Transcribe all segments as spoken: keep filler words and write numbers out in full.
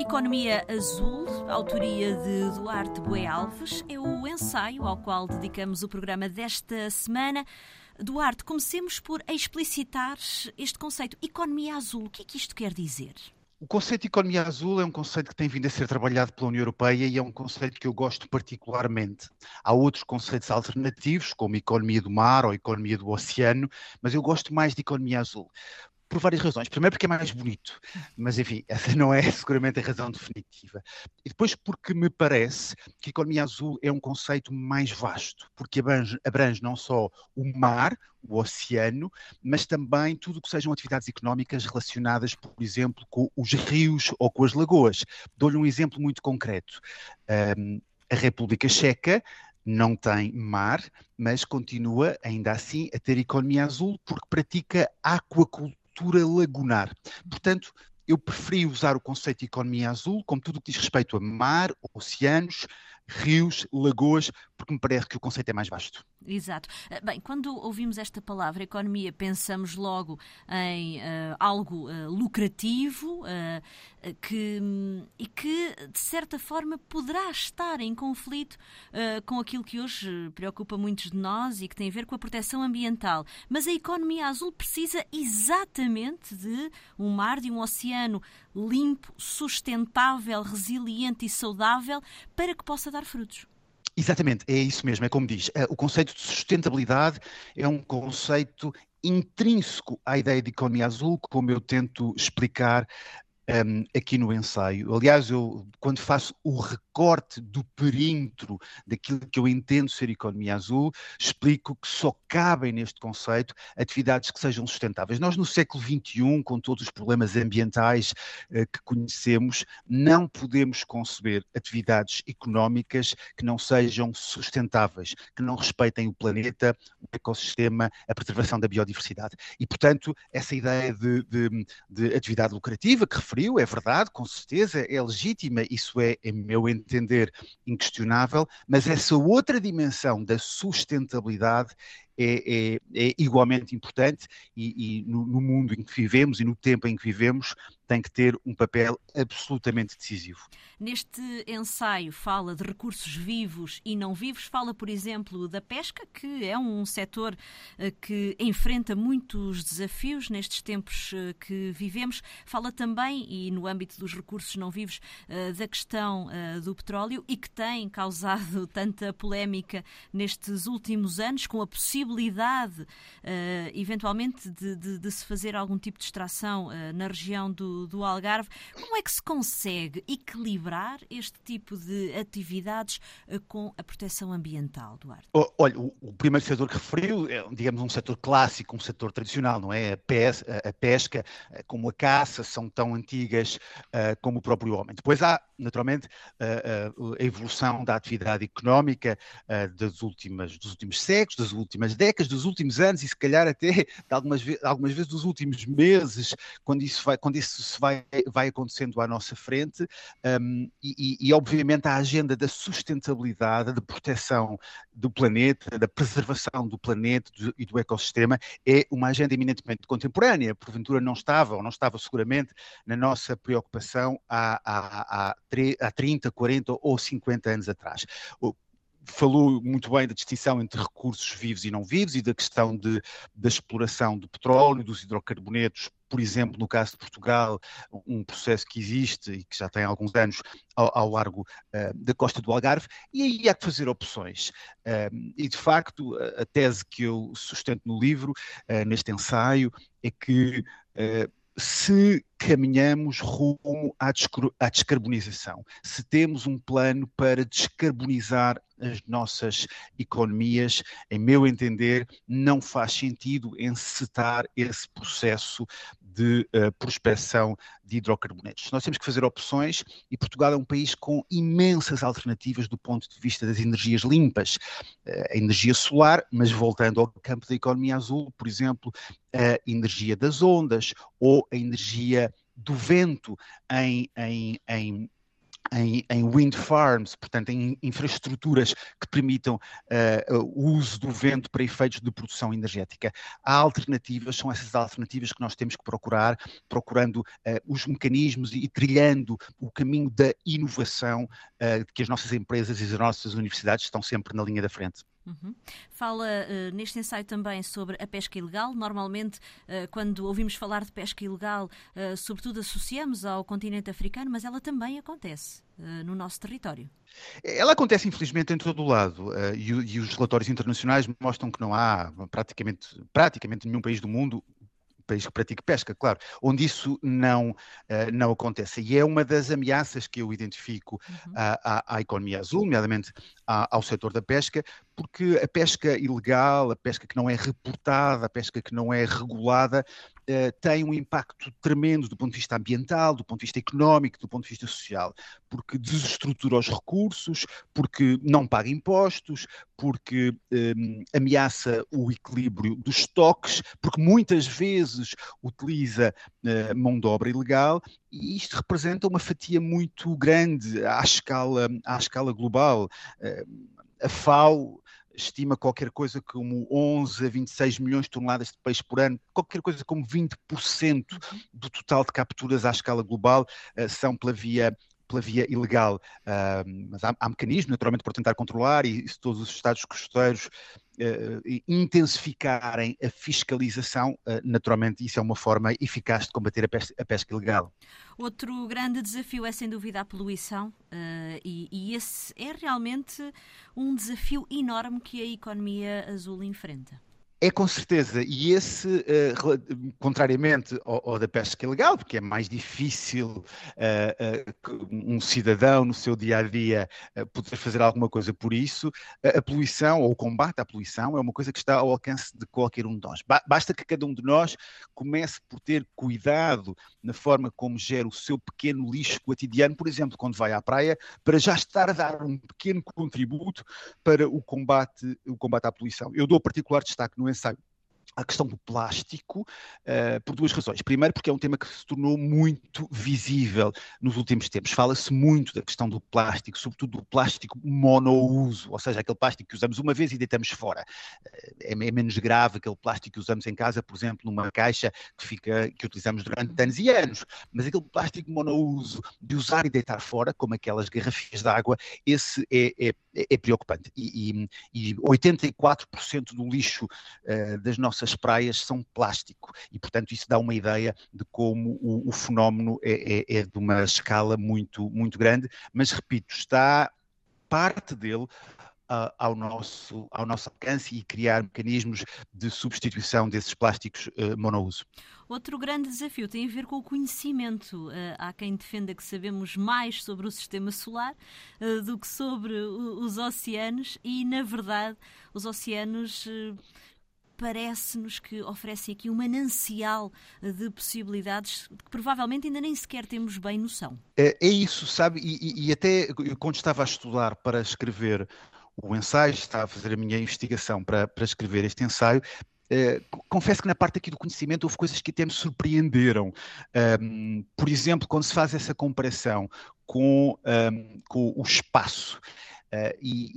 Economia Azul, autoria de Duarte Bué Alves, é o ensaio ao qual dedicamos o programa desta semana. Duarte, comecemos por explicitar este conceito, economia azul. O que é que isto quer dizer? O conceito de economia azul é um conceito que tem vindo a ser trabalhado pela União Europeia e é um conceito que eu gosto particularmente. Há outros conceitos alternativos, como economia do mar ou economia do oceano, mas eu gosto mais de economia azul. Por várias razões. Primeiro porque é mais bonito, mas enfim, essa não é seguramente a razão definitiva. E depois porque me parece que a economia azul é um conceito mais vasto, porque abrange, abrange não só o mar, o oceano, mas também tudo o que sejam atividades económicas relacionadas, por exemplo, com os rios ou com as lagoas. Dou-lhe um exemplo muito concreto. Um, a República Checa não tem mar, mas continua ainda assim a ter economia azul porque pratica aquacultura lagunar. Portanto, eu preferi usar o conceito de economia azul como tudo o que diz respeito a mar, oceanos, rios, lagoas, porque me parece que o conceito é mais vasto. Exato. Bem, quando ouvimos esta palavra economia, pensamos logo em uh, algo uh, lucrativo uh, que, e que, de certa forma, poderá estar em conflito uh, com aquilo que hoje preocupa muitos de nós e que tem a ver com a proteção ambiental. Mas a economia azul precisa exatamente de um mar, de um oceano limpo, sustentável, resiliente e saudável para que possa dar frutos. Exatamente, é isso mesmo, é como diz. O conceito de sustentabilidade é um conceito intrínseco à ideia de economia azul, como eu tento explicar um, aqui no ensaio. Aliás, eu, quando faço o recorte do perímetro daquilo que eu entendo ser economia azul, explico que só cabem neste conceito atividades que sejam sustentáveis. Nós, no século vinte e um, com todos os problemas ambientais uh, que conhecemos, não podemos conceber atividades económicas que não sejam sustentáveis, que não respeitem o planeta, o ecossistema, a preservação da biodiversidade. E, portanto, essa ideia de, de, de atividade lucrativa que referiu, é verdade, com certeza, é legítima, isso é, em meu entender, inquestionável, mas essa outra dimensão da sustentabilidade É, é, é igualmente importante e, e no, no mundo em que vivemos e no tempo em que vivemos tem que ter um papel absolutamente decisivo. Neste ensaio fala de recursos vivos e não vivos, fala, por exemplo, da pesca, que é um setor uh, que enfrenta muitos desafios nestes tempos uh, que vivemos. Fala também, e no âmbito dos recursos não vivos, uh, da questão uh, do petróleo e que tem causado tanta polémica nestes últimos anos, com a possibilidade possibilidade, uh, eventualmente, de, de, de se fazer algum tipo de extração uh, na região do, do Algarve. Como é que se consegue equilibrar este tipo de atividades uh, com a proteção ambiental, Duarte? Olha, o, o primeiro setor que referiu é, digamos, um setor clássico, um setor tradicional, não é? A, pes, a, a pesca, como a caça, são tão antigas uh, como o próprio homem. Depois há, naturalmente, uh, uh, a evolução da atividade económica uh, das últimas, dos últimos séculos, das últimas décadas, dos últimos anos e se calhar até de algumas, ve- algumas vezes dos últimos meses, quando isso, vai, quando isso se vai, vai acontecendo à nossa frente, um, e, e, e obviamente a agenda da sustentabilidade, da proteção do planeta, da preservação do planeta do, e do ecossistema é uma agenda eminentemente contemporânea, porventura não estava, ou não estava seguramente na nossa preocupação há, há, há, há trinta, quarenta ou cinquenta anos atrás. Falou muito bem da distinção entre recursos vivos e não vivos e da questão de, da exploração do petróleo, dos hidrocarbonetos, por exemplo, no caso de Portugal, um processo que existe e que já tem alguns anos ao, ao largo uh, da costa do Algarve, e aí há que fazer opções. Uh, e, de facto, a, a tese que eu sustento no livro, uh, neste ensaio, é que uh, se caminhamos rumo à, à descarbonização, se temos um plano para descarbonizar as nossas economias, em meu entender, não faz sentido encetar esse processo de uh, prospecção de hidrocarbonetos. Nós temos que fazer opções e Portugal é um país com imensas alternativas do ponto de vista das energias limpas. Uh, a energia solar, mas voltando ao campo da economia azul, por exemplo, a energia das ondas ou a energia do vento em, em, em Em, em wind farms, portanto, em infraestruturas que permitam uh, o uso do vento para efeitos de produção energética. Há alternativas, são essas alternativas que nós temos que procurar, procurando uh, os mecanismos e, e trilhando o caminho da inovação, uh, que as nossas empresas e as nossas universidades estão sempre na linha da frente. Uhum. Fala uh, neste ensaio também sobre a pesca ilegal. Normalmente, uh, quando ouvimos falar de pesca ilegal, uh, sobretudo associamos ao continente africano, mas ela também acontece uh, no nosso território. Ela acontece, infelizmente, em todo o lado, uh, e, e os relatórios internacionais mostram que não há praticamente, praticamente nenhum país do mundo, país que pratique pesca, claro, onde isso não, uh, não acontece. E é uma das ameaças que eu identifico uhum. à, à, à economia azul, nomeadamente à, ao setor da pesca, porque a pesca ilegal, a pesca que não é reportada, a pesca que não é regulada, uh, tem um impacto tremendo do ponto de vista ambiental, do ponto de vista económico, do ponto de vista social, porque desestrutura os recursos, porque não paga impostos, porque um, ameaça o equilíbrio dos estoques, porque muitas vezes utiliza uh, mão de obra ilegal, e isto representa uma fatia muito grande à escala, à escala global. Uh, a FAO estima qualquer coisa como onze a vinte e seis milhões de toneladas de peixe por ano, qualquer coisa como vinte por cento do total de capturas à escala global uh, são pela via pela via ilegal, uh, mas há, há mecanismos, naturalmente, para tentar controlar, e, e se todos os Estados costeiros uh, intensificarem a fiscalização, uh, naturalmente isso é uma forma eficaz de combater a pesca, a pesca ilegal. Outro grande desafio é, sem dúvida, a poluição, uh, e, e esse é realmente um desafio enorme que a economia azul enfrenta. É com certeza, e esse, uh, contrariamente ao, ao da pesca ilegal, porque é mais difícil uh, uh, um cidadão no seu dia-a-dia uh, poder fazer alguma coisa por isso, uh, a poluição ou o combate à poluição é uma coisa que está ao alcance de qualquer um de nós. Ba- basta que cada um de nós comece por ter cuidado na forma como gera o seu pequeno lixo cotidiano, por exemplo, quando vai à praia, para já estar a dar um pequeno contributo para o combate, o combate à poluição. Eu dou particular destaque no ensaio a questão do plástico, uh, por duas razões. Primeiro, porque é um tema que se tornou muito visível nos últimos tempos. Fala-se muito da questão do plástico, sobretudo do plástico monouso, ou seja, aquele plástico que usamos uma vez e deitamos fora. Uh, é, é menos grave aquele plástico que usamos em casa, por exemplo, numa caixa que, fica, que utilizamos durante anos e anos. Mas aquele plástico monouso de usar e deitar fora, como aquelas garrafinhas de água, esse é, é, é preocupante. E, e, e oitenta e quatro por cento do lixo uh, das nossas as praias são plástico e, portanto, isso dá uma ideia de como o, o fenómeno é, é, é de uma escala muito, muito grande, mas, repito, está parte dele uh, ao, nosso, ao nosso alcance e criar mecanismos de substituição desses plásticos uh, monouso. Outro grande desafio tem a ver com o conhecimento. Uh, há quem defenda que sabemos mais sobre o sistema solar uh, do que sobre o, os oceanos e, na verdade, os oceanos... Uh, parece-nos que oferecem aqui um manancial de possibilidades que provavelmente ainda nem sequer temos bem noção. É, é isso, sabe? E, e até quando estava a estudar para escrever o ensaio, estava a fazer a minha investigação para, para escrever este ensaio, Uh, confesso que na parte aqui do conhecimento houve coisas que até me surpreenderam. Um, por exemplo, quando se faz essa comparação com, um, com o espaço uh,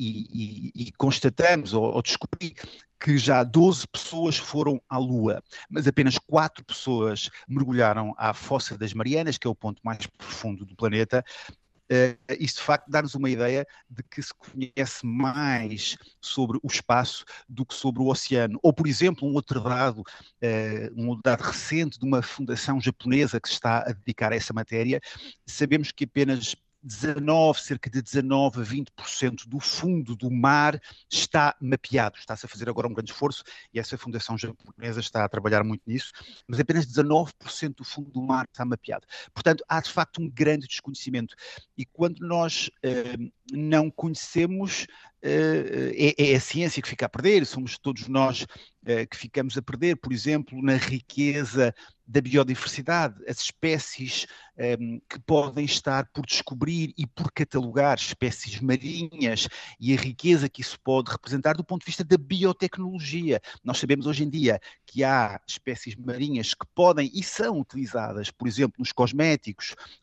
e, e, e constatamos ou, ou descobri que já doze pessoas foram à Lua, mas apenas quatro pessoas mergulharam à Fossa das Marianas, que é o ponto mais profundo do planeta. Uh, isso de facto dá-nos uma ideia de que se conhece mais sobre o espaço do que sobre o oceano. Ou, por exemplo, um outro dado, uh, um dado recente de uma fundação japonesa que se está a dedicar a essa matéria, sabemos que apenas dezanove, cerca de dezanove a vinte por cento do fundo do mar está mapeado. Está-se a fazer agora um grande esforço e essa fundação japonesa está a trabalhar muito nisso, mas apenas dezanove por cento do fundo do mar está mapeado. Portanto, há de facto um grande desconhecimento. E quando nós uh, não conhecemos, uh, é, é a ciência que fica a perder, somos todos nós uh, que ficamos a perder, por exemplo, na riqueza da biodiversidade, as espécies um, que podem estar por descobrir e por catalogar, espécies marinhas, e a riqueza que isso pode representar do ponto de vista da biotecnologia. Nós sabemos hoje em dia que há espécies marinhas que podem e são utilizadas, por exemplo, nos cosméticos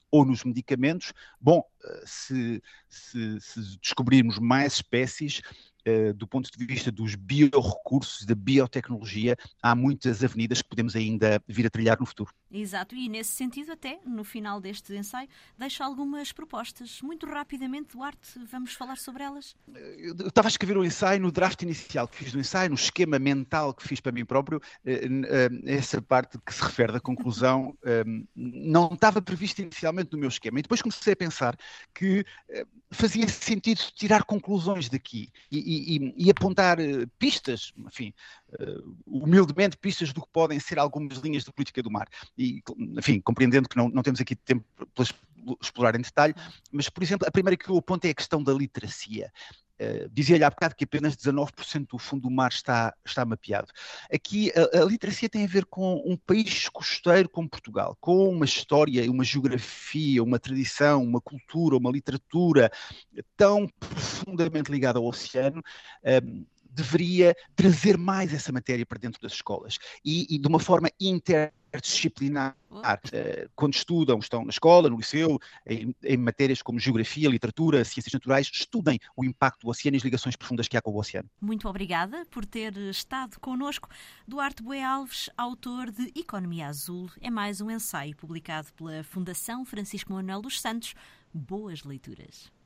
ou nos medicamentos. Bom, se, se, se descobrirmos mais espécies, Uh, do ponto de vista dos biorrecursos, da biotecnologia, há muitas avenidas que podemos ainda vir a trilhar no futuro. Exato, e nesse sentido até, no final deste ensaio, deixo algumas propostas. Muito rapidamente, Duarte, vamos falar sobre elas? Eu estava a escrever um ensaio, no draft inicial que fiz no ensaio, no esquema mental que fiz para mim próprio, essa parte que se refere da conclusão não estava prevista inicialmente no meu esquema. E depois comecei a pensar que fazia sentido tirar conclusões daqui e, e, e apontar pistas, enfim, humildemente pistas do que podem ser algumas linhas de política do mar. E, enfim, compreendendo que não, não temos aqui tempo para explorar em detalhe, mas, por exemplo, a primeira que eu aponto é a questão da literacia. Uh, dizia-lhe há bocado que apenas dezanove por cento do fundo do mar está, está mapeado. Aqui a, a literacia tem a ver com um país costeiro como Portugal, com uma história, uma geografia, uma tradição, uma cultura, uma literatura tão profundamente ligada ao oceano. Um, deveria trazer mais essa matéria para dentro das escolas e, e de uma forma interdisciplinar. Uh, quando estudam, estão na escola, no liceu, em, em matérias como geografia, literatura, ciências naturais, estudem o impacto do oceano e as ligações profundas que há com o oceano. Muito obrigada por ter estado connosco. Duarte Bué Alves, autor de Economia Azul, é mais um ensaio publicado pela Fundação Francisco Manuel dos Santos. Boas leituras.